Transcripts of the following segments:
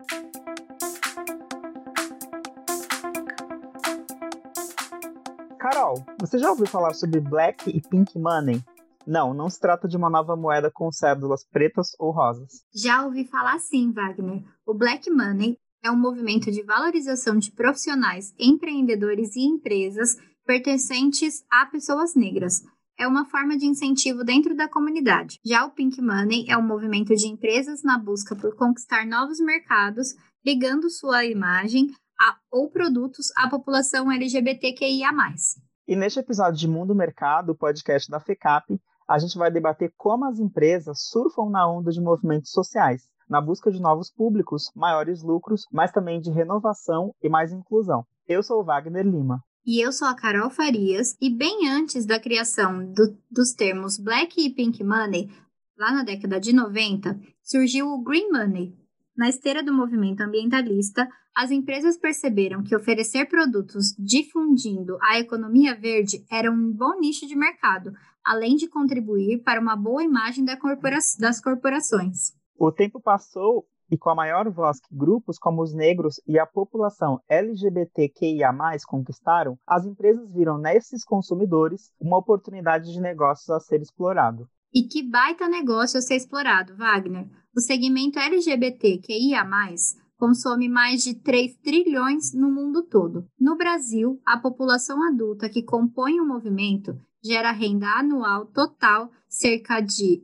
Carol, você já ouviu falar sobre Black e Pink Money? Não se trata de uma nova moeda com cédulas pretas ou rosas. Já ouvi falar sim, Wagner. O Black Money é um movimento de valorização de profissionais, empreendedores e empresas pertencentes a pessoas negras. É uma forma de incentivo dentro da comunidade. Já o Pink Money é um movimento de empresas na busca por conquistar novos mercados, ligando sua imagem ou produtos à população LGBTQIA+. E neste episódio de Mundo Mercado, o podcast da FECAP, a gente vai debater como as empresas surfam na onda de movimentos sociais, na busca de novos públicos, maiores lucros, mas também de renovação e mais inclusão. Eu sou o Wagner Lima. E eu sou a Carol Farias, e bem antes da criação dos termos Black e Pink Money, lá na década de 90, surgiu o Green Money. Na esteira do movimento ambientalista, as empresas perceberam que oferecer produtos difundindo a economia verde era um bom nicho de mercado, além de contribuir para uma boa imagem das corporações. O tempo passou e com a maior voz que grupos como os negros e a população LGBTQIA+, conquistaram, as empresas viram nesses consumidores uma oportunidade de negócios a ser explorado. E que baita negócio a ser explorado, Wagner. O segmento LGBTQIA+, consome mais de 3 trilhões no mundo todo. No Brasil, a população adulta que compõe o movimento gera renda anual total cerca de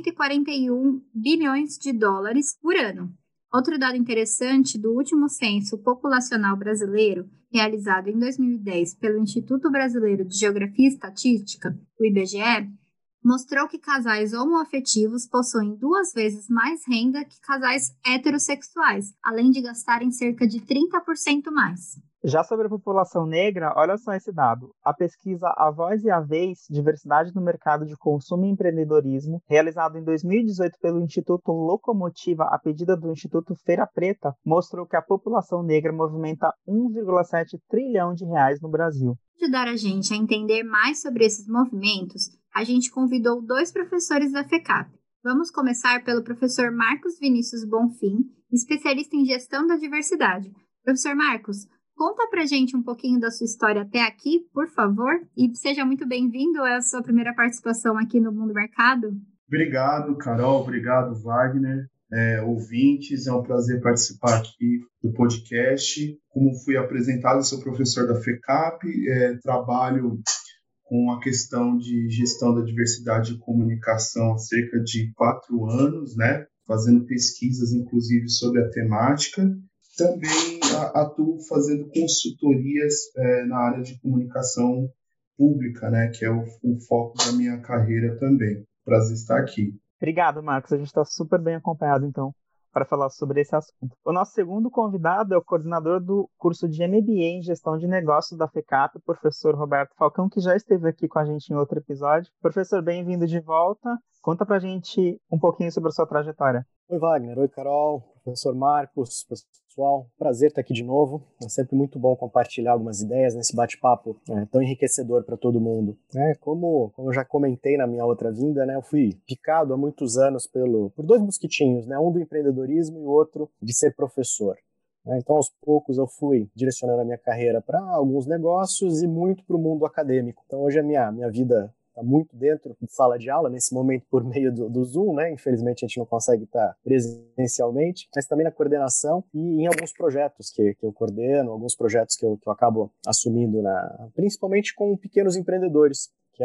141 bilhões de dólares por ano. Outro dado interessante do último censo populacional brasileiro, realizado em 2010 pelo Instituto Brasileiro de Geografia e Estatística, o IBGE, mostrou que casais homoafetivos possuem 2 vezes mais renda que casais heterossexuais, além de gastarem cerca de 30% mais. Já sobre a população negra, olha só esse dado. A pesquisa A Voz e a Vez, Diversidade no Mercado de Consumo e Empreendedorismo, realizada em 2018 pelo Instituto Locomotiva, a pedido do Instituto Feira Preta, mostrou que a população negra movimenta 1,7 trilhão de reais no Brasil. Para ajudar a gente a entender mais sobre esses movimentos, a gente convidou 2 professores da FECAP. Vamos começar pelo professor Marcos Vinícius Bonfim, especialista em gestão da diversidade. Professor Marcos, conta pra gente um pouquinho da sua história até aqui, por favor, e seja muito bem-vindo à sua primeira participação aqui no Mundo Mercado. Obrigado, Carol, obrigado, Wagner. Ouvintes, é um prazer participar aqui do podcast. Como fui apresentado, sou professor da FECAP, trabalho com a questão de gestão da diversidade e comunicação há cerca de 4 anos, né? Fazendo pesquisas, inclusive, sobre a temática. Também atuo fazendo consultorias na área de comunicação pública, né? Que é o foco da minha carreira também. Prazer estar aqui. Obrigado, Marcos. A gente está super bem acompanhado, então, para falar sobre esse assunto. O nosso segundo convidado é o coordenador do curso de MBA em Gestão de Negócios da FECAP, o professor Roberto Falcão, que já esteve aqui com a gente em outro episódio. Professor, bem-vindo de volta. Conta para a gente um pouquinho sobre a sua trajetória. Oi, Wagner. Oi, Carol. Professor Marcos, pessoal. Prazer estar aqui de novo. É sempre muito bom compartilhar algumas ideias nesse bate-papo tão enriquecedor para todo mundo. Como eu já comentei na minha outra vinda, eu fui picado há muitos anos por 2 mosquitinhos, um do empreendedorismo e o outro de ser professor. Então, aos poucos, eu fui direcionando a minha carreira para alguns negócios e muito para o mundo acadêmico. Então, hoje a minha vida está muito dentro de sala de aula, nesse momento por meio do Zoom, Infelizmente a gente não consegue estar presencialmente, mas também na coordenação e em alguns projetos que eu coordeno, alguns projetos que eu acabo assumindo, principalmente com pequenos empreendedores, que é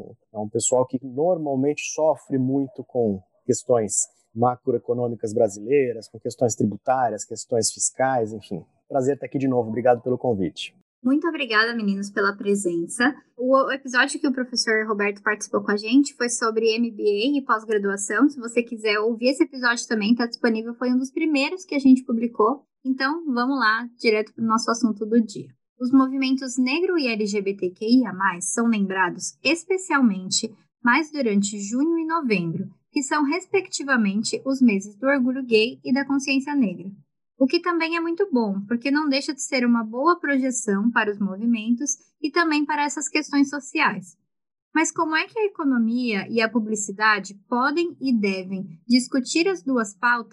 um pessoal que normalmente sofre muito com questões macroeconômicas brasileiras, com questões tributárias, questões fiscais, enfim. Prazer estar aqui de novo, obrigado pelo convite. Muito obrigada, meninos, pela presença. O episódio que o professor Roberto participou com a gente foi sobre MBA e pós-graduação. Se você quiser ouvir esse episódio também, está disponível. Foi um dos primeiros que a gente publicou. Então, vamos lá, direto para o nosso assunto do dia. Os movimentos negro e LGBTQIA+, são lembrados especialmente mais durante junho e novembro, que são, respectivamente, os meses do orgulho gay e da consciência negra. O que também é muito bom, porque não deixa de ser uma boa projeção para os movimentos e também para essas questões sociais. Mas como é que a economia e a publicidade podem e devem discutir as 2 pautas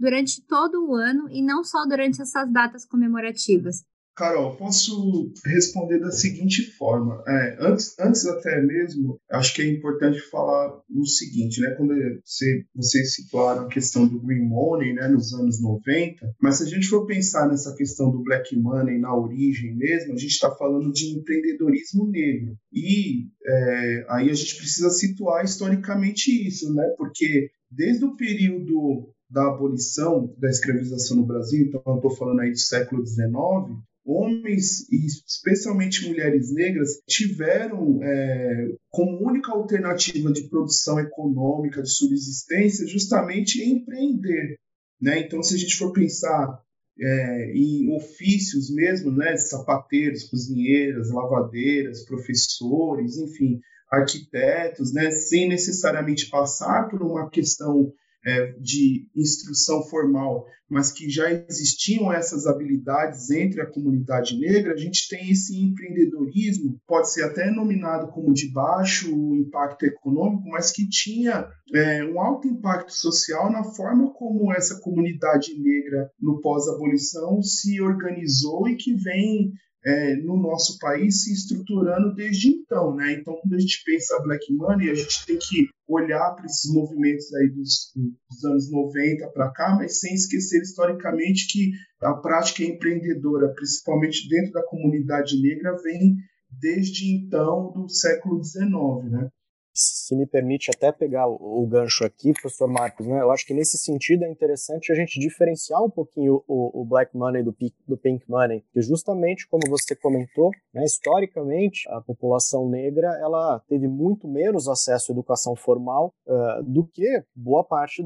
durante todo o ano e não só durante essas datas comemorativas? Carol, posso responder da seguinte forma. Antes até mesmo, acho que é importante falar o seguinte, né? Quando vocês citaram a questão do Green Money, né, nos anos 90, mas se a gente for pensar nessa questão do Black Money na origem mesmo, a gente está falando de empreendedorismo negro. E aí a gente precisa situar historicamente isso, né? Porque desde o período da abolição da escravização no Brasil, então eu estou falando aí do século XIX, homens, e especialmente mulheres negras, tiveram como única alternativa de produção econômica, de subsistência, justamente empreender. Né? Então, se a gente for pensar em ofícios mesmo, né? Sapateiros, cozinheiras, lavadeiras, professores, enfim, arquitetos, né? Sem necessariamente passar por uma questão de instrução formal, mas que já existiam essas habilidades entre a comunidade negra, a gente tem esse empreendedorismo, pode ser até nominado como de baixo impacto econômico, mas que tinha um alto impacto social na forma como essa comunidade negra no pós-abolição se organizou e que vem no nosso país se estruturando desde então, né? Então, quando a gente pensa Black Money, a gente tem que olhar para esses movimentos aí dos anos 90 para cá, mas sem esquecer historicamente que a prática empreendedora, principalmente dentro da comunidade negra, vem desde então do século XIX, né? Se me permite até pegar o gancho aqui, professor Marcos, né? Eu acho que nesse sentido é interessante a gente diferenciar um pouquinho o Black Money do Pink Money, que justamente, como você comentou, né, historicamente, a população negra ela teve muito menos acesso à educação formal do que boa parte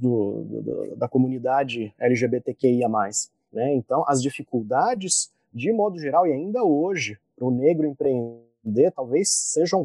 da comunidade LGBTQIA+. Né? Então, as dificuldades, de modo geral, e ainda hoje, para o negro empreender, talvez sejam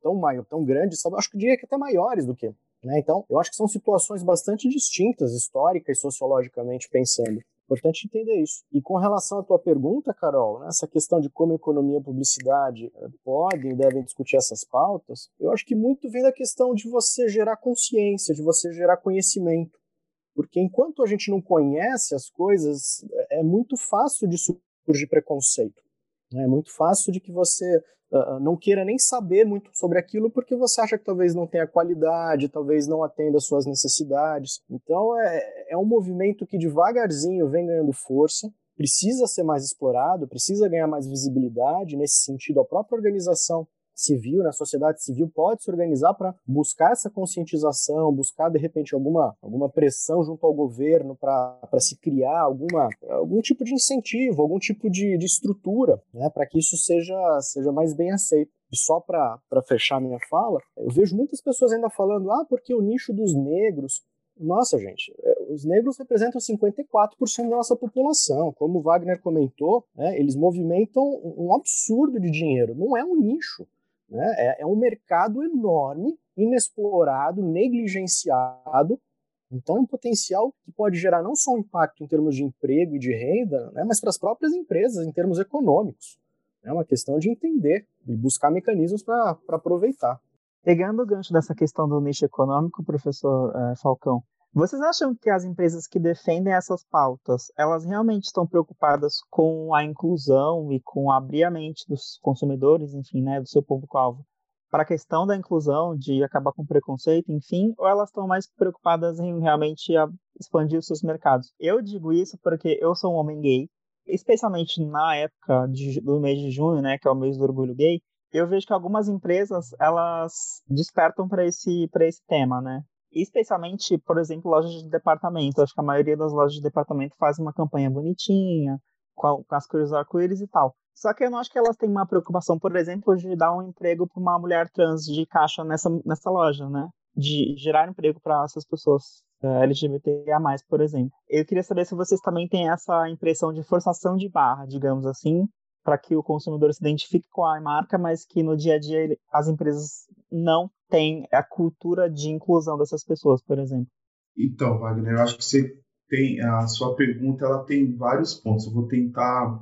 tão grandes, acho que eu diria que até maiores do que. Né? Então, eu acho que são situações bastante distintas, histórica e sociologicamente pensando. Importante entender isso. E com relação à tua pergunta, Carol, né, essa questão de como economia e publicidade podem e devem discutir essas pautas, eu acho que muito vem da questão de você gerar consciência, de você gerar conhecimento. Porque enquanto a gente não conhece as coisas, é muito fácil de surgir preconceito. É muito fácil de que você não queira nem saber muito sobre aquilo porque você acha que talvez não tenha qualidade, talvez não atenda às suas necessidades. Então é um movimento que devagarzinho vem ganhando força, precisa ser mais explorado, precisa ganhar mais visibilidade. Nesse sentido, a própria organização civil, na sociedade civil, pode se organizar para buscar essa conscientização, buscar, de repente, alguma pressão junto ao governo para se criar algum tipo de incentivo, algum tipo de estrutura, né, para que isso seja mais bem aceito. E só para fechar minha fala, eu vejo muitas pessoas ainda falando, porque o nicho dos negros... Nossa, gente, os negros representam 54% da nossa população. Como o Wagner comentou, né, eles movimentam um absurdo de dinheiro. Não é um nicho. Né? É um mercado enorme, inexplorado, negligenciado. Então é um potencial que pode gerar não só um impacto em termos de emprego e de renda, né, mas para as próprias empresas, em termos econômicos. É uma questão de entender e buscar mecanismos para aproveitar. Pegando o gancho dessa questão do nicho econômico, professor Falcão, vocês acham que as empresas que defendem essas pautas, elas realmente estão preocupadas com a inclusão e com abrir a mente dos consumidores, enfim, né, do seu público-alvo, para a questão da inclusão, de acabar com preconceito, enfim, ou elas estão mais preocupadas em realmente expandir os seus mercados? Eu digo isso porque eu sou um homem gay, especialmente na época do mês de junho, né, que é o mês do orgulho gay, eu vejo que algumas empresas, elas despertam para esse tema, né? Especialmente, por exemplo, lojas de departamento. Acho que a maioria das lojas de departamento faz uma campanha bonitinha, com as cores arco-íris e tal. Só que eu não acho que elas têm uma preocupação, por exemplo, de dar um emprego para uma mulher trans de caixa nessa loja, né? De gerar emprego para essas pessoas LGBTIA+, por exemplo. Eu queria saber se vocês também têm essa impressão de forçação de barra, digamos assim, para que o consumidor se identifique com a marca, mas que no dia a dia as empresas não têm a cultura de inclusão dessas pessoas, por exemplo. Então, Wagner, eu acho que você tem a sua pergunta, ela tem vários pontos. Eu vou tentar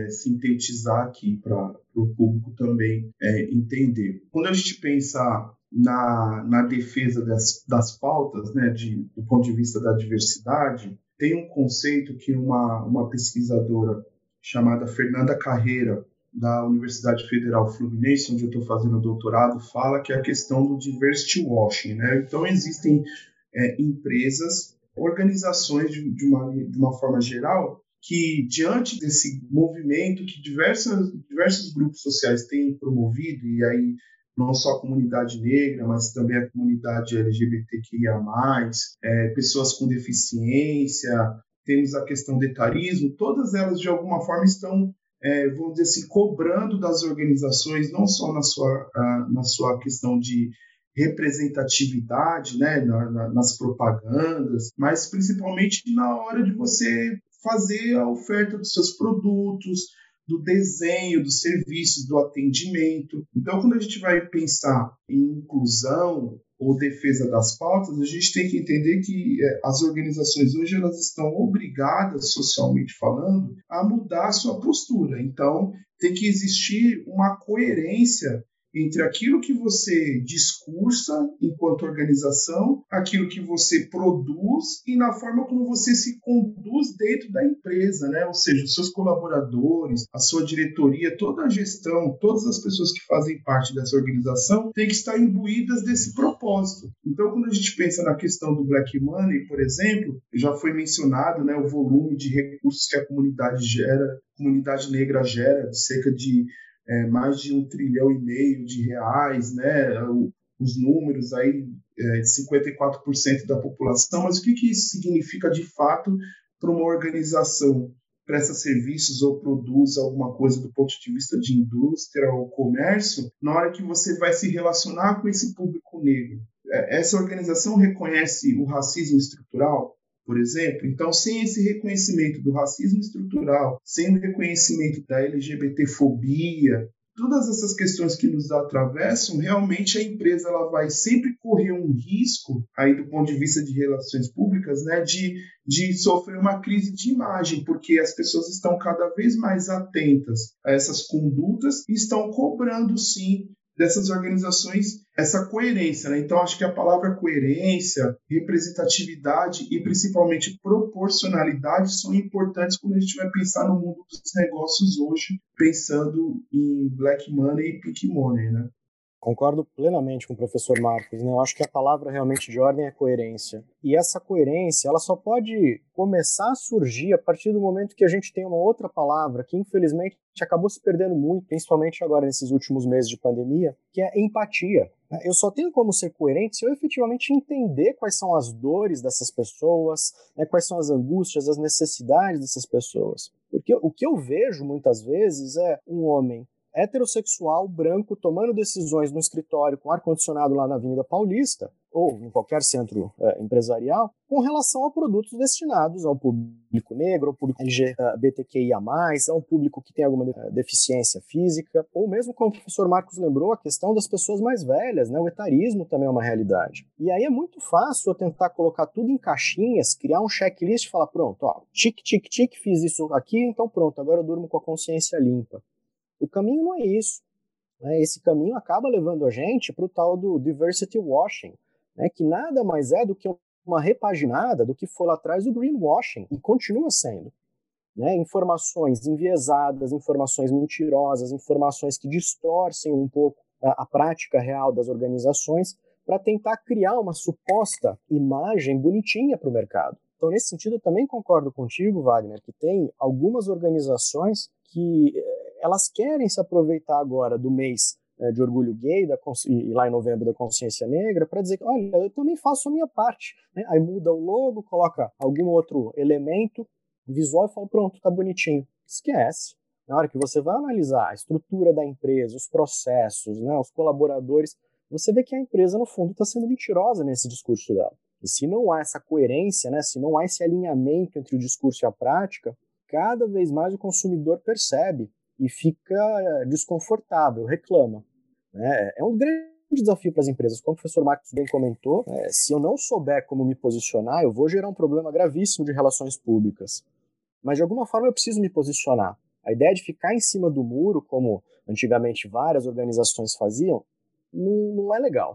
sintetizar aqui para o público também entender. Quando a gente pensa na defesa das pautas, né, do ponto de vista da diversidade, tem um conceito que uma pesquisadora chamada Fernanda Carreira, da Universidade Federal Fluminense, onde eu estou fazendo doutorado, fala que é a questão do diversity washing, né? Então, existem empresas, organizações de uma forma geral, que diante desse movimento que diversos grupos sociais têm promovido, e aí não só a comunidade negra, mas também a comunidade LGBTQIA+, pessoas com deficiência, temos a questão do etarismo, todas elas de alguma forma estão, vamos dizer assim, cobrando das organizações, não só na sua questão de representatividade, né, nas propagandas, mas principalmente na hora de você fazer a oferta dos seus produtos, do desenho, dos serviços, do atendimento. Então, quando a gente vai pensar em inclusão ou defesa das pautas, a gente tem que entender que as organizações hoje elas estão obrigadas, socialmente falando, a mudar a sua postura. Então, tem que existir uma coerência entre aquilo que você discursa enquanto organização, aquilo que você produz e na forma como você se conduz dentro da empresa, né? Ou seja, os seus colaboradores, a sua diretoria, toda a gestão, todas as pessoas que fazem parte dessa organização têm que estar imbuídas desse propósito. Então, quando a gente pensa na questão do Black Money, por exemplo, já foi mencionado, né, o volume de recursos que a comunidade negra gera, de cerca de mais de 1,5 trilhão de reais, né? Os números aí, 54% da população, mas o que isso significa de fato para uma organização que presta serviços ou produz alguma coisa do ponto de vista de indústria ou comércio, na hora que você vai se relacionar com esse público negro? Essa organização reconhece o racismo estrutural, por exemplo? Então, sem esse reconhecimento do racismo estrutural, sem o reconhecimento da LGBTfobia, todas essas questões que nos atravessam, realmente a empresa ela vai sempre correr um risco, aí do ponto de vista de relações públicas, né, de sofrer uma crise de imagem, porque as pessoas estão cada vez mais atentas a essas condutas e estão cobrando, sim, dessas organizações essa coerência, né? Então, acho que a palavra coerência, representatividade e principalmente proporcionalidade são importantes quando a gente vai pensar no mundo dos negócios hoje, pensando em Black Money e Pink Money, né? Concordo plenamente com o professor Marcos, né? Eu acho que a palavra realmente de ordem é coerência. E essa coerência, ela só pode começar a surgir a partir do momento que a gente tem uma outra palavra que, infelizmente, acabou se perdendo muito, principalmente agora nesses últimos meses de pandemia, que é empatia. Eu só tenho como ser coerente se eu efetivamente entender quais são as dores dessas pessoas, né, quais são as angústias, as necessidades dessas pessoas. Porque o que eu vejo muitas vezes é um homem heterossexual, branco, tomando decisões no escritório com ar-condicionado lá na Avenida Paulista, ou em qualquer centro empresarial, com relação a produtos destinados ao público negro, ao público LGBTQIA+, ao público que tem alguma deficiência física, ou mesmo, como o professor Marcos lembrou, a questão das pessoas mais velhas, né? O etarismo também é uma realidade. E aí é muito fácil eu tentar colocar tudo em caixinhas, criar um checklist e falar, pronto, ó, tic, tic, tic, fiz isso aqui, então pronto, agora eu durmo com a consciência limpa. O caminho não é isso. Né? Esse caminho acaba levando a gente para o tal do diversity washing, né? Que nada mais é do que uma repaginada do que foi lá atrás o greenwashing, e continua sendo. Né? Informações enviesadas, informações mentirosas, informações que distorcem um pouco a prática real das organizações para tentar criar uma suposta imagem bonitinha para o mercado. Então, nesse sentido, eu também concordo contigo, Wagner, que tem algumas organizações que elas querem se aproveitar agora do mês de orgulho gay e lá em novembro da consciência negra para dizer que, olha, eu também faço a minha parte. Né? Aí muda o logo, coloca algum outro elemento visual e fala, pronto, tá bonitinho. Esquece. Na hora que você vai analisar a estrutura da empresa, os processos, né, os colaboradores, você vê que a empresa, no fundo, está sendo mentirosa nesse discurso dela. E se não há essa coerência, né, se não há esse alinhamento entre o discurso e a prática, cada vez mais o consumidor percebe e fica desconfortável, reclama. Né? É um grande desafio para as empresas, como o professor Marcos bem comentou, se eu não souber como me posicionar, eu vou gerar um problema gravíssimo de relações públicas. Mas de alguma forma eu preciso me posicionar. A ideia de ficar em cima do muro, como antigamente várias organizações faziam, não é legal.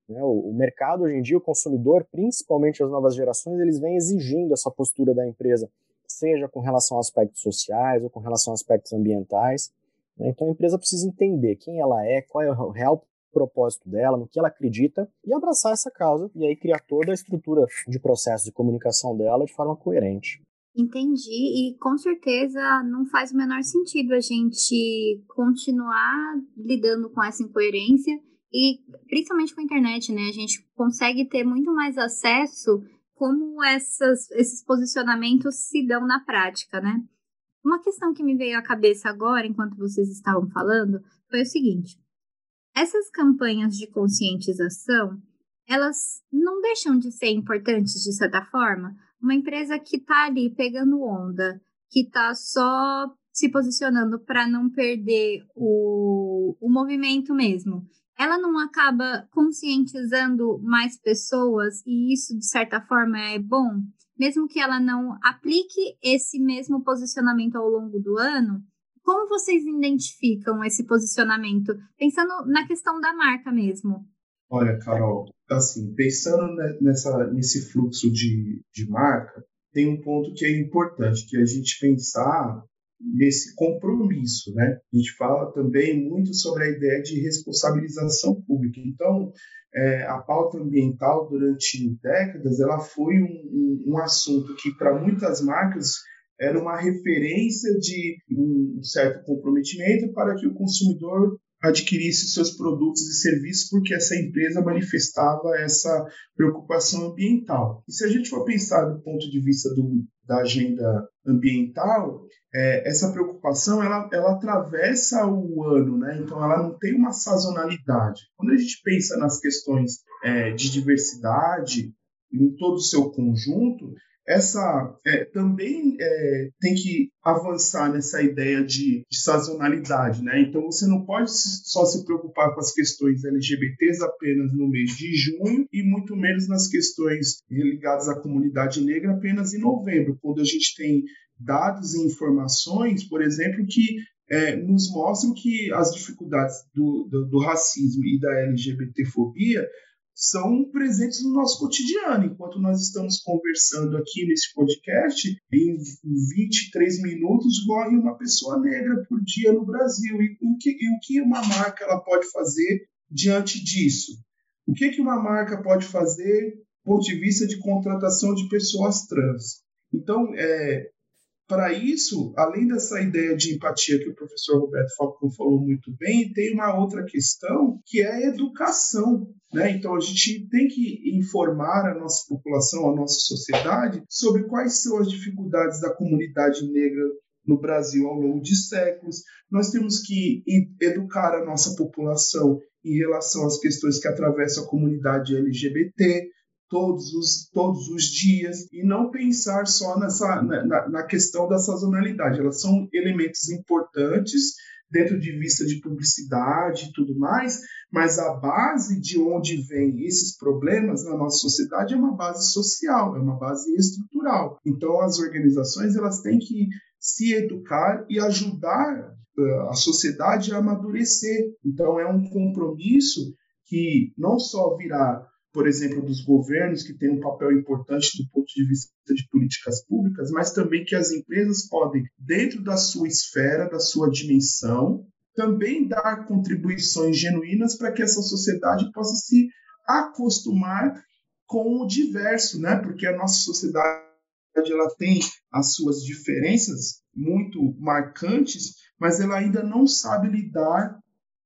Né? O mercado hoje em dia, o consumidor, principalmente as novas gerações, eles vêm exigindo essa postura da empresa, seja com relação a aspectos sociais ou com relação a aspectos ambientais. Né? Então a empresa precisa entender quem ela é, qual é o real propósito dela, no que ela acredita, e abraçar essa causa, e aí criar toda a estrutura de processo de comunicação dela de forma coerente. Entendi, e com certeza não faz o menor sentido a gente continuar lidando com essa incoerência, e principalmente com a internet, né? A gente consegue ter muito mais acesso como esses posicionamentos se dão na prática, né? Uma questão que me veio à cabeça agora, enquanto vocês estavam falando, foi o seguinte: essas campanhas de conscientização, elas não deixam de ser importantes de certa forma? Uma empresa que está ali pegando onda, que está só se posicionando para não perder o movimento mesmo, ela não acaba conscientizando mais pessoas e isso, de certa forma, é bom? Mesmo que ela não aplique esse mesmo posicionamento ao longo do ano, como vocês identificam esse posicionamento? Pensando na questão da marca mesmo. Olha, Carol, assim, pensando nesse fluxo de marca, tem um ponto que é importante, que é a gente pensar nesse compromisso, né? A gente fala também muito sobre a ideia de responsabilização pública. Então, a pauta ambiental, durante décadas, ela foi um assunto que, para muitas marcas, era uma referência de um certo comprometimento para que o consumidor adquirisse seus produtos e serviços, porque essa empresa manifestava essa preocupação ambiental. E se a gente for pensar do ponto de vista da agenda ambiental, essa preocupação ela atravessa o ano, né? Então ela não tem uma sazonalidade. Quando a gente pensa nas questões de diversidade em todo o seu conjunto, essa também tem que avançar nessa ideia de sazonalidade, né? Então você não pode só se preocupar com as questões LGBTs apenas no mês de junho e muito menos nas questões ligadas à comunidade negra apenas em novembro, quando a gente tem dados e informações, por exemplo, que nos mostram que as dificuldades do racismo e da LGBTfobia são presentes no nosso cotidiano. Enquanto nós estamos conversando aqui nesse podcast, em 23 minutos morre uma pessoa negra por dia no Brasil. E o que uma marca ela pode fazer diante disso? O que uma marca pode fazer do ponto de vista de contratação de pessoas trans? Então, para isso, além dessa ideia de empatia que o professor Roberto Falcão falou muito bem, tem uma outra questão que é a educação, né? Então, a gente tem que informar a nossa população, a nossa sociedade, sobre quais são as dificuldades da comunidade negra no Brasil ao longo de séculos. Nós temos que educar a nossa população em relação às questões que atravessam a comunidade LGBT, todos os dias, e não pensar só na questão da sazonalidade. Elas são elementos importantes dentro de vista de publicidade e tudo mais, mas a base de onde vêm esses problemas na nossa sociedade é uma base social, é uma base estrutural. Então, as organizações elas têm que se educar e ajudar a sociedade a amadurecer. Então, é um compromisso que não só virá, por exemplo, dos governos, que têm um papel importante do ponto de vista de políticas públicas, mas também que as empresas podem, dentro da sua esfera, da sua dimensão, também dar contribuições genuínas para que essa sociedade possa se acostumar com o diverso, né? Porque a nossa sociedade ela tem as suas diferenças muito marcantes, mas ela ainda não sabe lidar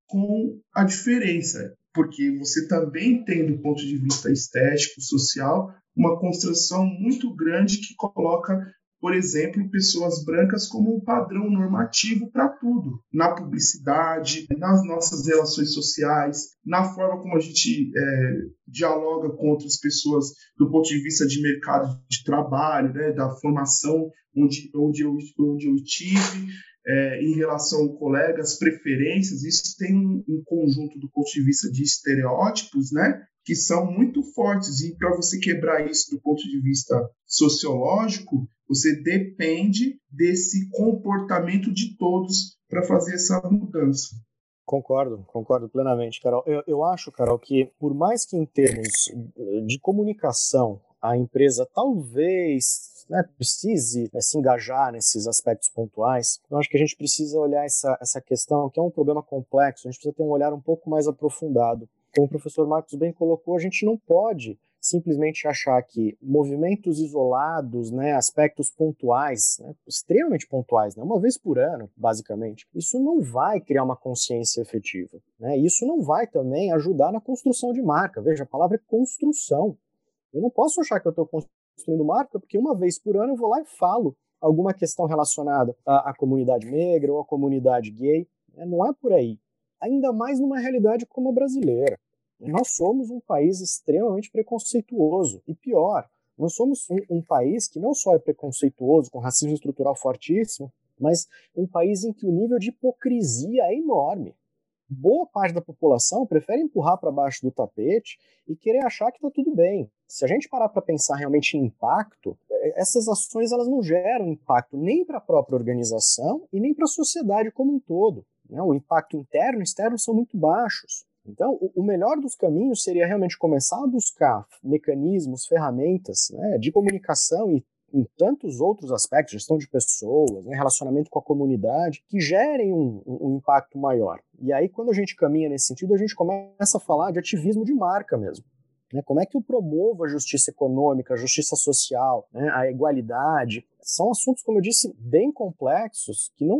com a diferença, porque você também tem, do ponto de vista estético, social, uma construção muito grande que coloca, por exemplo, pessoas brancas como um padrão normativo para tudo, na publicidade, nas nossas relações sociais, na forma como a gente dialoga com outras pessoas do ponto de vista de mercado de trabalho, né, da formação onde eu tive, em relação ao colegas, preferências. Isso tem um conjunto do ponto de vista de estereótipos, né, que são muito fortes, e para você quebrar isso do ponto de vista sociológico, você depende desse comportamento de todos para fazer essa mudança. Concordo plenamente, Carol. Eu acho, Carol, que por mais que em termos de comunicação a empresa talvez, né, precise se engajar nesses aspectos pontuais, eu acho que a gente precisa olhar essa questão, que é um problema complexo, a gente precisa ter um olhar um pouco mais aprofundado. Como o professor Marcos bem colocou, a gente não pode simplesmente achar que movimentos isolados, né, aspectos pontuais, né, extremamente pontuais, né, uma vez por ano, basicamente, isso não vai criar uma consciência efetiva. Né, isso não vai também ajudar na construção de marca. Veja, a palavra é construção. Eu não posso achar que eu estou construindo marca porque uma vez por ano eu vou lá e falo alguma questão relacionada à comunidade negra ou à comunidade gay. Não é por aí. Ainda mais numa realidade como a brasileira. Nós somos um país extremamente preconceituoso. E pior, nós somos um país que não só é preconceituoso, com racismo estrutural fortíssimo, mas um país em que o nível de hipocrisia é enorme. Boa parte da população prefere empurrar para baixo do tapete e querer achar que está tudo bem. Se a gente parar para pensar realmente em impacto, essas ações elas não geram impacto nem para a própria organização e nem para a sociedade como um todo. Né? O impacto interno e externo são muito baixos. Então, o melhor dos caminhos seria realmente começar a buscar mecanismos, ferramentas, né, de comunicação e em tantos outros aspectos, gestão de pessoas, né, relacionamento com a comunidade, que gerem um impacto maior. E aí, quando a gente caminha nesse sentido, a gente começa a falar de ativismo de marca mesmo. Né? Como é que eu promovo a justiça econômica, a justiça social, né, a igualdade? São assuntos, como eu disse, bem complexos que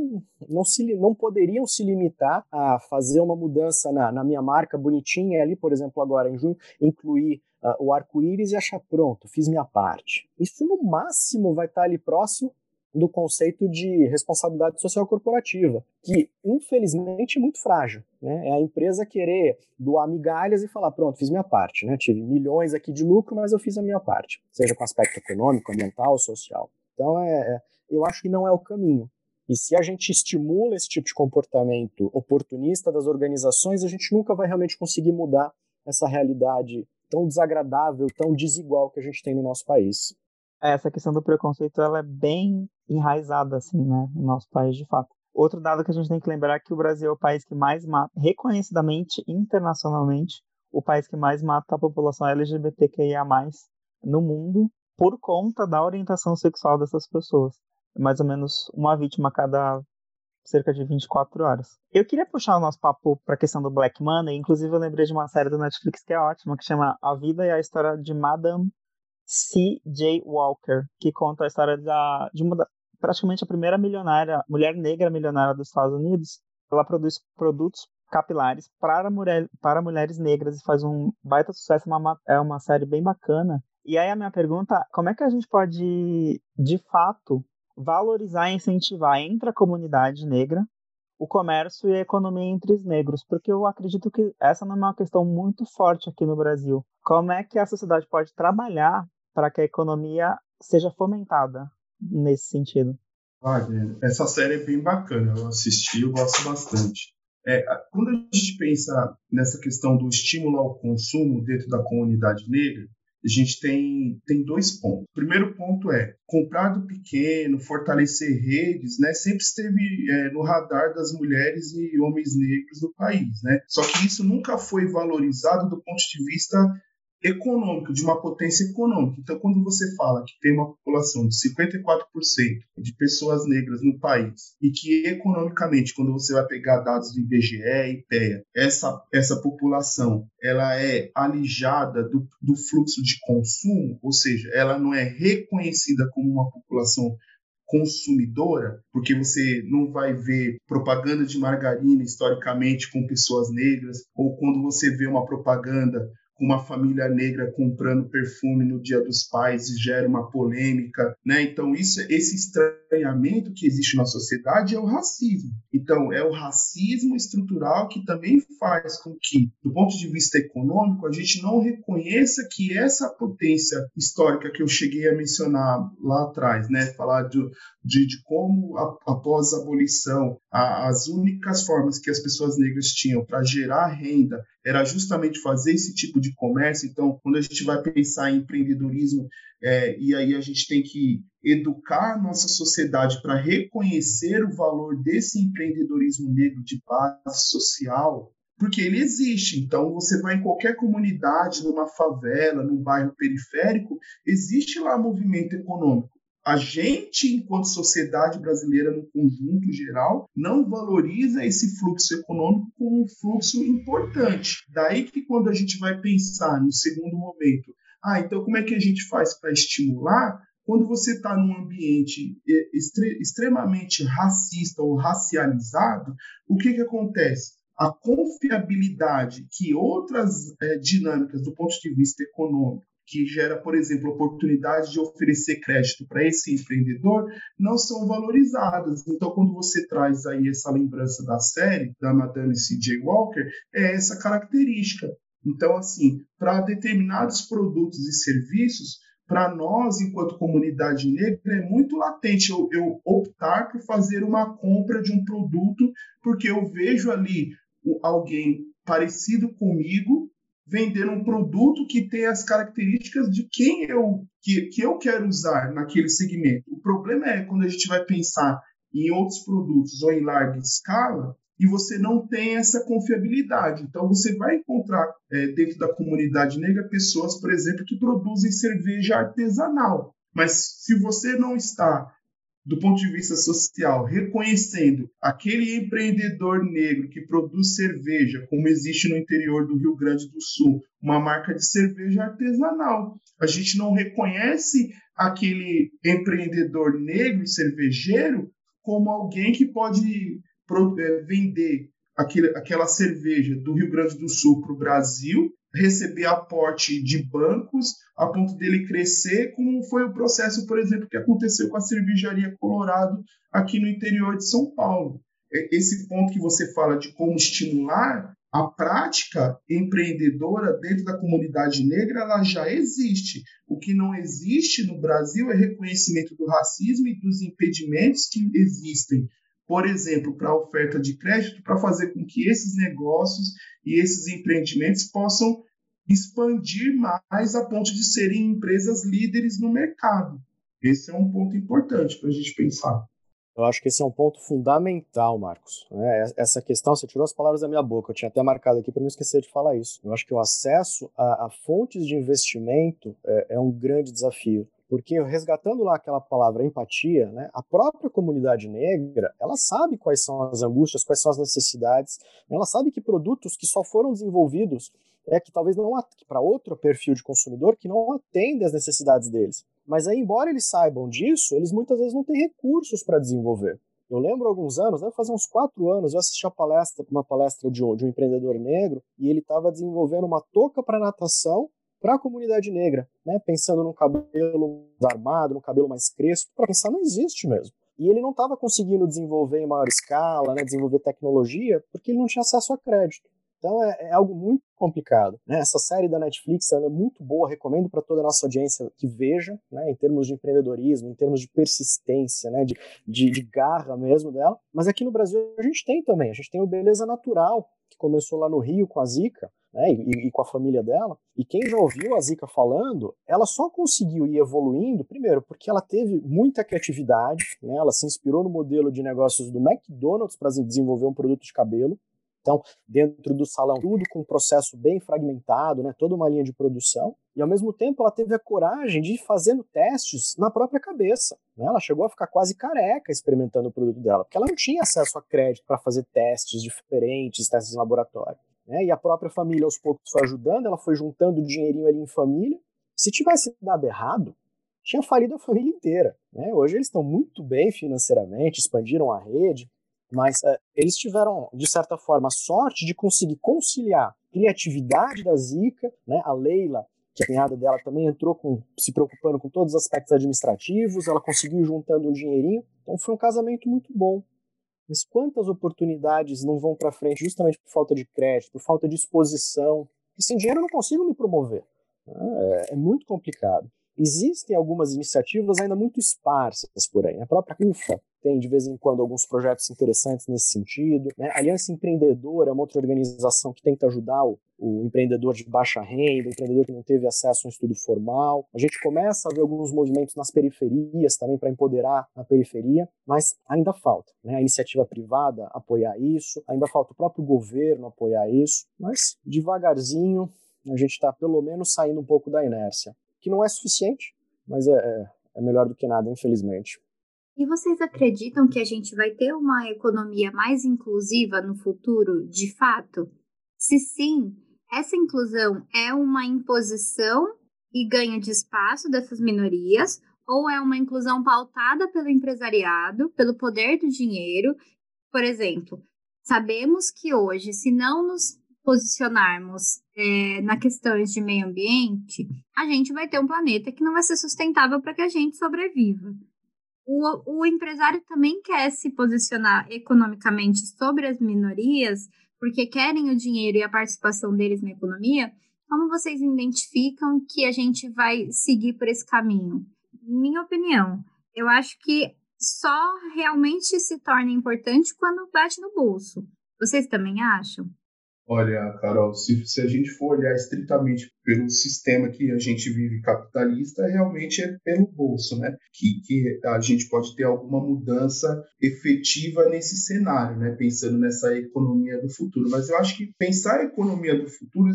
não poderiam se limitar a fazer uma mudança na minha marca bonitinha e ali, por exemplo, agora em junho, incluir o arco-íris e achar pronto, fiz minha parte. Isso no máximo vai estar ali próximo do conceito de responsabilidade social corporativa, que infelizmente é muito frágil. Né? É a empresa querer doar migalhas e falar, pronto, fiz minha parte. Né? Tive milhões aqui de lucro, mas eu fiz a minha parte, seja com aspecto econômico, ambiental, social. Então, eu acho que não é o caminho. E se a gente estimula esse tipo de comportamento oportunista das organizações, a gente nunca vai realmente conseguir mudar essa realidade tão desagradável, tão desigual que a gente tem no nosso país. Essa questão do preconceito ela é bem enraizada assim, né, no nosso país de fato. Outro dado que a gente tem que lembrar é que o Brasil é o país que mais mata, reconhecidamente, internacionalmente, o país que mais mata a população LGBTQIA+, no mundo, por conta da orientação sexual dessas pessoas. Mais ou menos uma vítima a cada cerca de 24 horas. Eu queria puxar o nosso papo para a questão do Black Money, inclusive eu lembrei de uma série do Netflix que é ótima, que chama A Vida e a História de Madame C.J. Walker, que conta a história praticamente a primeira mulher negra milionária dos Estados Unidos. Ela produz produtos capilares para mulheres negras e faz um baita sucesso, é uma série bem bacana. E aí a minha pergunta, como é que a gente pode, de fato, valorizar e incentivar entre a comunidade negra o comércio e a economia entre os negros, porque eu acredito que essa não é uma questão muito forte aqui no Brasil. Como é que a sociedade pode trabalhar para que a economia seja fomentada nesse sentido? Essa série é bem bacana, eu assisti, eu gosto bastante. Quando a gente pensa nessa questão do estímulo ao consumo dentro da comunidade negra, a gente tem dois pontos. O primeiro ponto é comprar do pequeno, fortalecer redes, né? Sempre esteve no radar das mulheres e homens negros do país, né? Só que isso nunca foi valorizado do ponto de vista econômico, de uma potência econômica. Então, quando você fala que tem uma população de 54% de pessoas negras no país e que economicamente, quando você vai pegar dados do IBGE e IPEA, essa população ela é alijada do fluxo de consumo, ou seja, ela não é reconhecida como uma população consumidora, porque você não vai ver propaganda de margarina historicamente com pessoas negras, ou quando você vê uma propaganda uma família negra comprando perfume no Dia dos Pais e gera uma polêmica, né? Então, esse estranhamento que existe na sociedade é o racismo. Então, é o racismo estrutural que também faz com que, do ponto de vista econômico, a gente não reconheça que essa potência histórica que eu cheguei a mencionar lá atrás, né? Falar de como, após a abolição, As únicas formas que as pessoas negras tinham para gerar renda era justamente fazer esse tipo de comércio. Então, quando a gente vai pensar em empreendedorismo, e aí a gente tem que educar a nossa sociedade para reconhecer o valor desse empreendedorismo negro de base social, porque ele existe. Então, você vai em qualquer comunidade, numa favela, num bairro periférico, existe lá movimento econômico. A gente, enquanto sociedade brasileira, no conjunto geral, não valoriza esse fluxo econômico como um fluxo importante. Daí que quando a gente vai pensar no segundo momento, então como é que a gente faz para estimular? Quando você está num ambiente extremamente racista ou racializado, o que acontece? A confiabilidade que outras dinâmicas do ponto de vista econômico, que gera, por exemplo, oportunidade de oferecer crédito para esse empreendedor, não são valorizadas. Então, quando você traz aí essa lembrança da série, da Madame C.J. Walker, é essa característica. Então, assim, para determinados produtos e serviços, para nós, enquanto comunidade negra, é muito latente eu optar por fazer uma compra de um produto, porque eu vejo ali alguém parecido comigo vendendo um produto que tem as características de quem que eu quero usar naquele segmento. O problema é quando a gente vai pensar em outros produtos ou em larga escala e você não tem essa confiabilidade. Então, você vai encontrar dentro da comunidade negra pessoas, por exemplo, que produzem cerveja artesanal. Mas se você não está do ponto de vista social, reconhecendo aquele empreendedor negro que produz cerveja, como existe no interior do Rio Grande do Sul, uma marca de cerveja artesanal. A gente não reconhece aquele empreendedor negro cervejeiro como alguém que pode vender aquela cerveja do Rio Grande do Sul para o Brasil, receber aporte de bancos a ponto dele crescer, como foi o processo, por exemplo, que aconteceu com a Cervejaria Colorado aqui no interior de São Paulo. Esse ponto que você fala de como estimular a prática empreendedora dentro da comunidade negra, ela já existe. O que não existe no Brasil é reconhecimento do racismo e dos impedimentos que existem, por exemplo, para a oferta de crédito, para fazer com que esses negócios e esses empreendimentos possam expandir mais a ponto de serem empresas líderes no mercado. Esse é um ponto importante para a gente pensar. Eu acho que esse é um ponto fundamental, Marcos. Essa questão, você tirou as palavras da minha boca, eu tinha até marcado aqui para não esquecer de falar isso. Eu acho que o acesso a fontes de investimento é um grande desafio. Porque resgatando lá aquela palavra empatia, né, a própria comunidade negra, ela sabe quais são as angústias, quais são as necessidades, ela sabe que produtos que só foram desenvolvidos que talvez não para outro perfil de consumidor que não atende às necessidades deles. Mas aí, embora eles saibam disso, eles muitas vezes não têm recursos para desenvolver. Eu lembro alguns anos, deve fazer uns 4 anos, eu assisti uma palestra de um empreendedor negro e ele estava desenvolvendo uma touca para natação para a comunidade negra, né? Pensando num cabelo armado, num cabelo mais crespo, para pensar, não existe mesmo. E ele não estava conseguindo desenvolver em maior escala, né, desenvolver tecnologia, porque ele não tinha acesso a crédito. Então é algo muito complicado. Né? Essa série da Netflix é muito boa, recomendo para toda a nossa audiência que veja, né, em termos de empreendedorismo, em termos de persistência, né, de garra mesmo dela. Mas aqui no Brasil a gente tem também, a gente tem o Beleza Natural, que começou lá no Rio com a Zica, né, e com a família dela. E quem já ouviu a Zica falando, ela só conseguiu ir evoluindo, primeiro, porque ela teve muita criatividade, né, ela se inspirou no modelo de negócios do McDonald's para desenvolver um produto de cabelo. Então, dentro do salão, tudo com um processo bem fragmentado, né, toda uma linha de produção. E, ao mesmo tempo, ela teve a coragem de ir fazendo testes na própria cabeça. Né? Ela chegou a ficar quase careca experimentando o produto dela, porque ela não tinha acesso a crédito para fazer testes diferentes, testes em laboratório. Né? E a própria família, aos poucos, foi ajudando, ela foi juntando dinheirinho ali em família. Se tivesse dado errado, tinha falido a família inteira. Né? Hoje eles estão muito bem financeiramente, expandiram a rede, mas eles tiveram, de certa forma, a sorte de conseguir conciliar a criatividade da Zica, né? A Leila, que a cunhada dela também entrou se preocupando com todos os aspectos administrativos, ela conseguiu ir juntando um dinheirinho, então foi um casamento muito bom. Mas quantas oportunidades não vão para frente justamente por falta de crédito, por falta de exposição? E sem dinheiro eu não consigo me promover. É muito complicado. Existem algumas iniciativas ainda muito esparsas por aí. A própria UFA, tem de vez em quando alguns projetos interessantes nesse sentido, né? A Aliança Empreendedora é uma outra organização que tenta ajudar o empreendedor de baixa renda, o empreendedor que não teve acesso a um estudo formal. A gente começa a ver alguns movimentos nas periferias também para empoderar a periferia, mas ainda falta, né? A iniciativa privada apoiar isso, ainda falta o próprio governo apoiar isso, mas devagarzinho a gente está pelo menos saindo um pouco da inércia, que não é suficiente, mas é melhor do que nada, infelizmente. E vocês acreditam que a gente vai ter uma economia mais inclusiva no futuro, de fato? Se sim, essa inclusão é uma imposição e ganho de espaço dessas minorias, ou é uma inclusão pautada pelo empresariado, pelo poder do dinheiro? Por exemplo, sabemos que hoje, se não nos posicionarmos na questões de meio ambiente, a gente vai ter um planeta que não vai ser sustentável para que a gente sobreviva. O empresário também quer se posicionar economicamente sobre as minorias, porque querem o dinheiro e a participação deles na economia. Como vocês identificam que a gente vai seguir por esse caminho? Minha opinião, eu acho que só realmente se torna importante quando bate no bolso. Vocês também acham? Olha, Carol, se a gente for olhar estritamente pelo sistema que a gente vive capitalista, realmente é pelo bolso, né? Que a gente pode ter alguma mudança efetiva nesse cenário, né? Pensando nessa economia do futuro. Mas eu acho que pensar a economia do futuro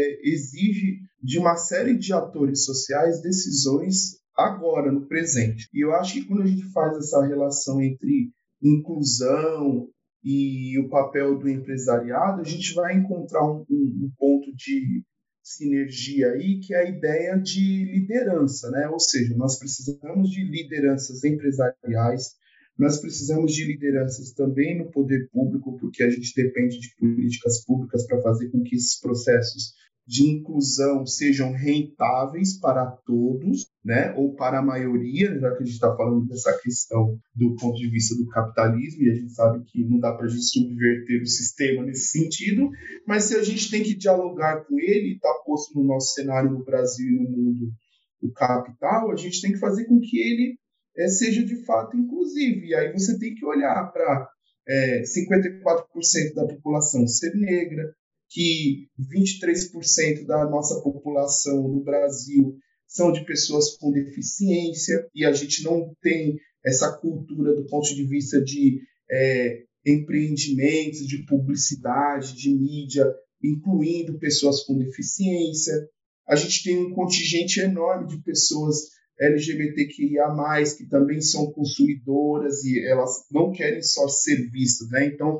exige de uma série de atores sociais decisões agora, no presente. E eu acho que quando a gente faz essa relação entre inclusão e o papel do empresariado, a gente vai encontrar um ponto de sinergia aí, que é a ideia de liderança, né? Ou seja, nós precisamos de lideranças empresariais, nós precisamos de lideranças também no poder público, porque a gente depende de políticas públicas para fazer com que esses processos de inclusão sejam rentáveis para todos, né, ou para a maioria, já que a gente está falando dessa questão do ponto de vista do capitalismo, e a gente sabe que não dá para a gente subverter o sistema nesse sentido, mas se a gente tem que dialogar com ele, e está posto no nosso cenário no Brasil e no mundo o capital, a gente tem que fazer com que ele seja de fato inclusivo, e aí você tem que olhar para 54% da população ser negra, que 23% da nossa população no Brasil são de pessoas com deficiência, e a gente não tem essa cultura do ponto de vista de empreendimentos, de publicidade, de mídia, incluindo pessoas com deficiência. A gente tem um contingente enorme de pessoas LGBTQIA+, que também são consumidoras e elas não querem só ser vistas, né? Então,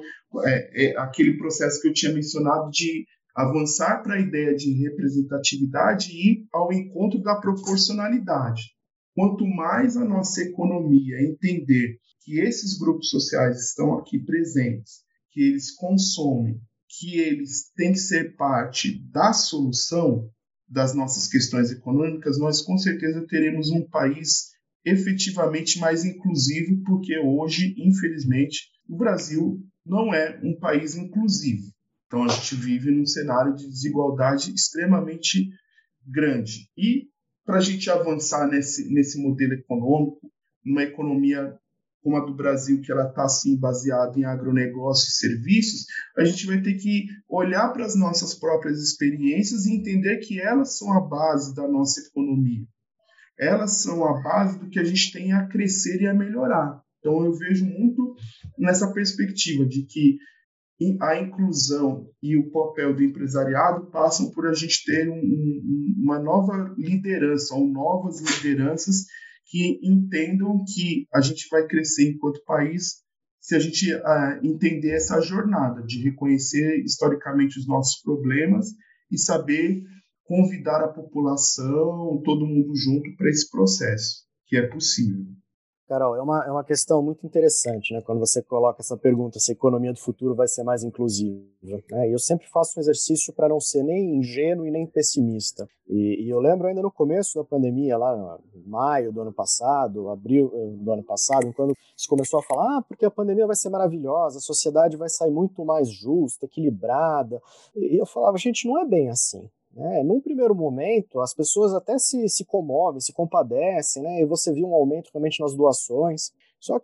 aquele processo que eu tinha mencionado de avançar para a ideia de representatividade e ir ao encontro da proporcionalidade. Quanto mais a nossa economia entender que esses grupos sociais estão aqui presentes, que eles consomem, que eles têm que ser parte da solução das nossas questões econômicas, nós com certeza teremos um país efetivamente mais inclusivo, porque hoje, infelizmente, o Brasil não é um país inclusivo. Então, a gente vive num cenário de desigualdade extremamente grande. E, para a gente avançar nesse modelo econômico, numa economia como a do Brasil, que ela está assim, baseada em agronegócio e serviços, a gente vai ter que olhar para as nossas próprias experiências e entender que elas são a base da nossa economia. Elas são a base do que a gente tem a crescer e a melhorar. Então, eu vejo muito nessa perspectiva de que a inclusão e o papel do empresariado passam por a gente ter uma nova liderança, ou novas lideranças que entendam que a gente vai crescer enquanto país se a gente entender essa jornada de reconhecer historicamente os nossos problemas e saber convidar a população, todo mundo junto para esse processo, que é possível. Carol, é uma questão muito interessante, né? Quando você coloca essa pergunta se a economia do futuro vai ser mais inclusiva, né? E eu sempre faço um exercício para não ser nem ingênuo e nem pessimista. E eu lembro ainda no começo da pandemia, lá em maio do ano passado, abril do ano passado, quando se começou a falar, porque a pandemia vai ser maravilhosa, a sociedade vai sair muito mais justa, equilibrada. E eu falava, gente, não é bem assim. Num primeiro momento, as pessoas até se comovem, se compadecem, né? E você viu um aumento realmente nas doações. Só que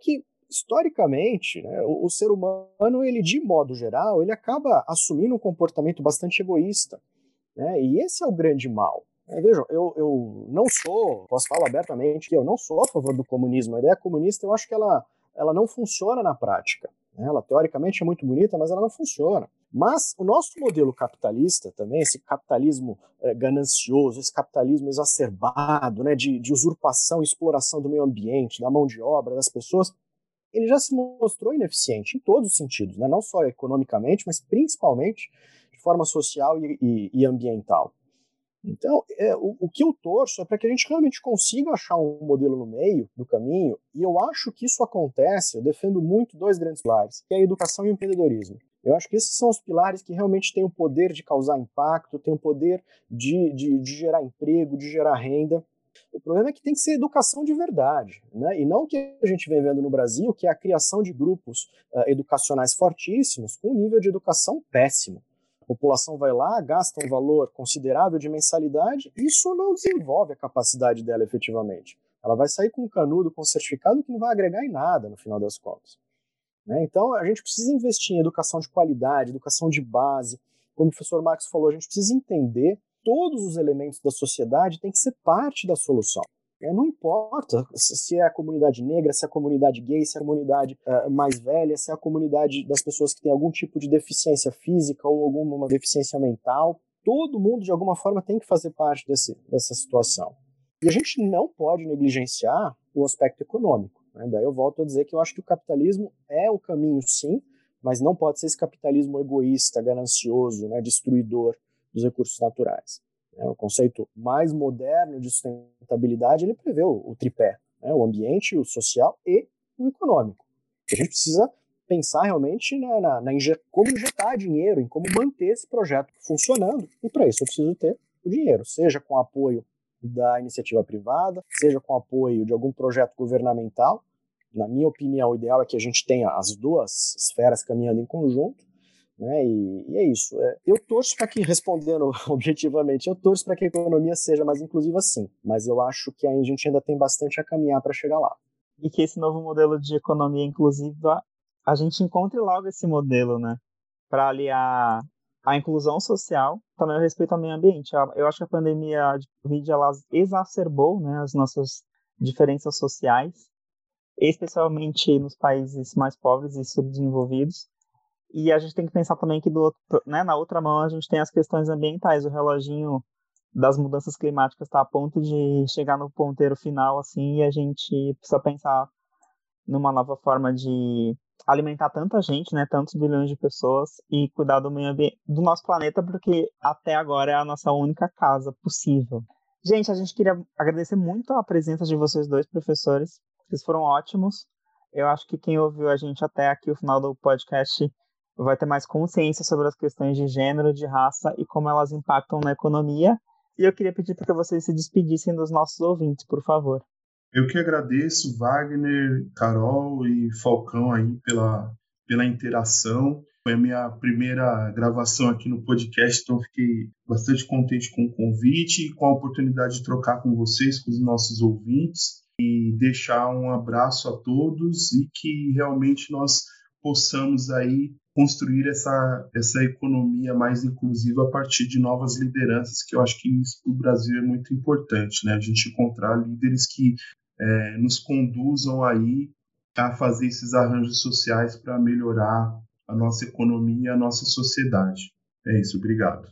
historicamente, né, o ser humano, ele de modo geral, ele acaba assumindo um comportamento bastante egoísta, né, e esse é o grande mal. Vejam, eu não sou, posso falar abertamente que eu não sou a favor do comunismo. A ideia comunista, eu acho que ela não funciona na prática. Ela teoricamente é muito bonita, mas ela não funciona. Mas o nosso modelo capitalista também, esse capitalismo ganancioso, esse capitalismo exacerbado, né, de usurpação e exploração do meio ambiente, da mão de obra, das pessoas, ele já se mostrou ineficiente em todos os sentidos, né, não só economicamente, mas principalmente de forma social e ambiental. Então, o que eu torço é para que a gente realmente consiga achar um modelo no meio do caminho, e eu acho que isso acontece, eu defendo muito dois grandes pilares, que é a educação e o empreendedorismo. Eu acho que esses são os pilares que realmente têm o poder de causar impacto, têm o poder de gerar emprego, de gerar renda. O problema é que tem que ser educação de verdade, né? E não o que a gente vem vendo no Brasil, que é a criação de grupos educacionais fortíssimos com um nível de educação péssimo. A população vai lá, gasta um valor considerável de mensalidade, e isso não desenvolve a capacidade dela efetivamente. Ela vai sair com um canudo, com um certificado que não vai agregar em nada no final das contas. Né? Então a gente precisa investir em educação de qualidade, educação de base. Como o professor Marcos falou, a gente precisa entender todos os elementos da sociedade têm que ser parte da solução. Não importa se é a comunidade negra, se é a comunidade gay, se é a comunidade mais velha, se é a comunidade das pessoas que têm algum tipo de deficiência física ou alguma deficiência mental. Todo mundo, de alguma forma, tem que fazer parte dessa situação. E a gente não pode negligenciar o aspecto econômico. Né? Daí eu volto a dizer que eu acho que o capitalismo é o caminho, sim, mas não pode ser esse capitalismo egoísta, ganancioso, né, destruidor dos recursos naturais. O conceito mais moderno de sustentabilidade, ele prevê o tripé, né? O ambiente, o social e o econômico. A gente precisa pensar realmente como injetar dinheiro, em como manter esse projeto funcionando, e para isso eu preciso ter o dinheiro, seja com apoio da iniciativa privada, seja com apoio de algum projeto governamental. Na minha opinião, o ideal é que a gente tenha as duas esferas caminhando em conjunto, né? E é isso. Eu torço para que, respondendo objetivamente, eu torço para que a economia seja mais inclusiva, sim, mas eu acho que a gente ainda tem bastante a caminhar para chegar lá. E que esse novo modelo de economia inclusiva, a gente encontre logo esse modelo, né? Para aliar a inclusão social, também o respeito ao meio ambiente. Eu acho que a pandemia de Covid, ela exacerbou, né, as nossas diferenças sociais, especialmente nos países mais pobres e subdesenvolvidos. E a gente tem que pensar também que na outra mão a gente tem as questões ambientais. O reloginho das mudanças climáticas está a ponto de chegar no ponteiro final, assim, e a gente precisa pensar numa nova forma de alimentar tanta gente, né, tantos bilhões de pessoas, e cuidar do meio ambiente, do nosso planeta, porque até agora é a nossa única casa possível. Gente, a gente queria agradecer muito a presença de vocês dois, professores. Vocês foram ótimos. Eu acho que quem ouviu a gente até aqui, o final do podcast, vai ter mais consciência sobre as questões de gênero, de raça e como elas impactam na economia. E eu queria pedir para que vocês se despedissem dos nossos ouvintes, por favor. Eu que agradeço, Wagner, Carol e Falcão aí pela interação. Foi a minha primeira gravação aqui no podcast, então fiquei bastante contente com o convite e com a oportunidade de trocar com vocês, com os nossos ouvintes, e deixar um abraço a todos e que realmente nós possamos aí construir essa economia mais inclusiva a partir de novas lideranças, que eu acho que isso para o Brasil é muito importante, né? A gente encontrar líderes que nos conduzam aí a fazer esses arranjos sociais para melhorar a nossa economia e a nossa sociedade. É isso, obrigado.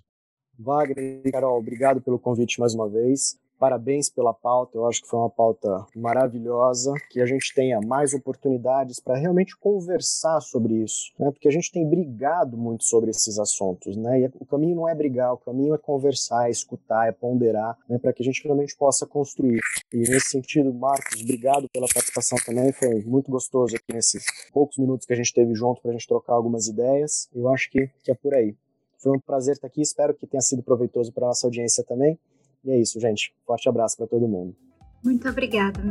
Wagner e Carol, obrigado pelo convite mais uma vez. Parabéns pela pauta, eu acho que foi uma pauta maravilhosa, que a gente tenha mais oportunidades para realmente conversar sobre isso, né? Porque a gente tem brigado muito sobre esses assuntos, né? E o caminho não é brigar, o caminho é conversar, é escutar, é ponderar, né? Para que a gente realmente possa construir. E nesse sentido, Marcos, obrigado pela participação também, foi muito gostoso aqui nesses poucos minutos que a gente teve junto para a gente trocar algumas ideias. Eu acho que é por aí. Foi um prazer estar aqui, espero que tenha sido proveitoso para a nossa audiência também. E é isso, gente. Forte abraço para todo mundo. Muito obrigada.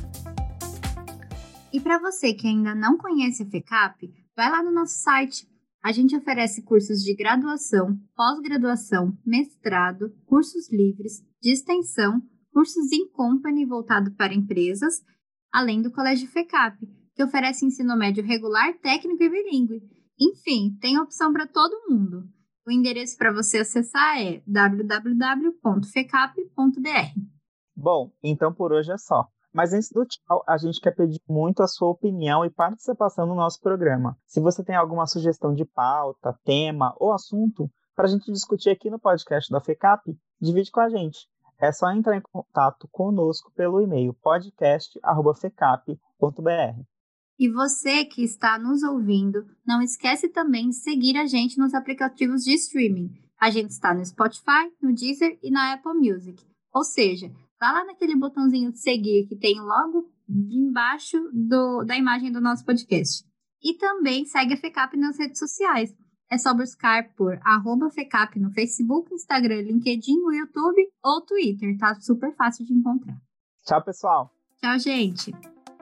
E para você que ainda não conhece a FECAP, vai lá no nosso site. A gente oferece cursos de graduação, pós-graduação, mestrado, cursos livres, de extensão, cursos in company voltado para empresas, além do Colégio FECAP, que oferece ensino médio regular, técnico e bilíngue. Enfim, tem opção para todo mundo. O endereço para você acessar é www.fecap.br. Bom, então por hoje é só. Mas antes do tchau, a gente quer pedir muito a sua opinião e participação no nosso programa. Se você tem alguma sugestão de pauta, tema ou assunto para a gente discutir aqui no podcast da FECAP, divide com a gente. É só entrar em contato conosco pelo e-mail podcast@fecap.br. E você que está nos ouvindo, não esquece também de seguir a gente nos aplicativos de streaming. A gente está no Spotify, no Deezer e na Apple Music. Ou seja, vá lá naquele botãozinho de seguir que tem logo embaixo da imagem do nosso podcast. E também segue a FECAP nas redes sociais. É só buscar por @FECAP no Facebook, Instagram, LinkedIn, o YouTube ou Twitter. Tá super fácil de encontrar. Tchau, pessoal! Tchau, gente!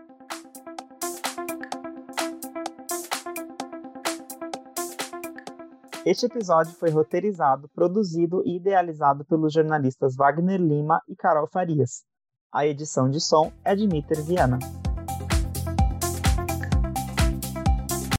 Este episódio foi roteirizado, produzido e idealizado pelos jornalistas Wagner Lima e Carol Farias. A edição de som é de Dmiter Viana.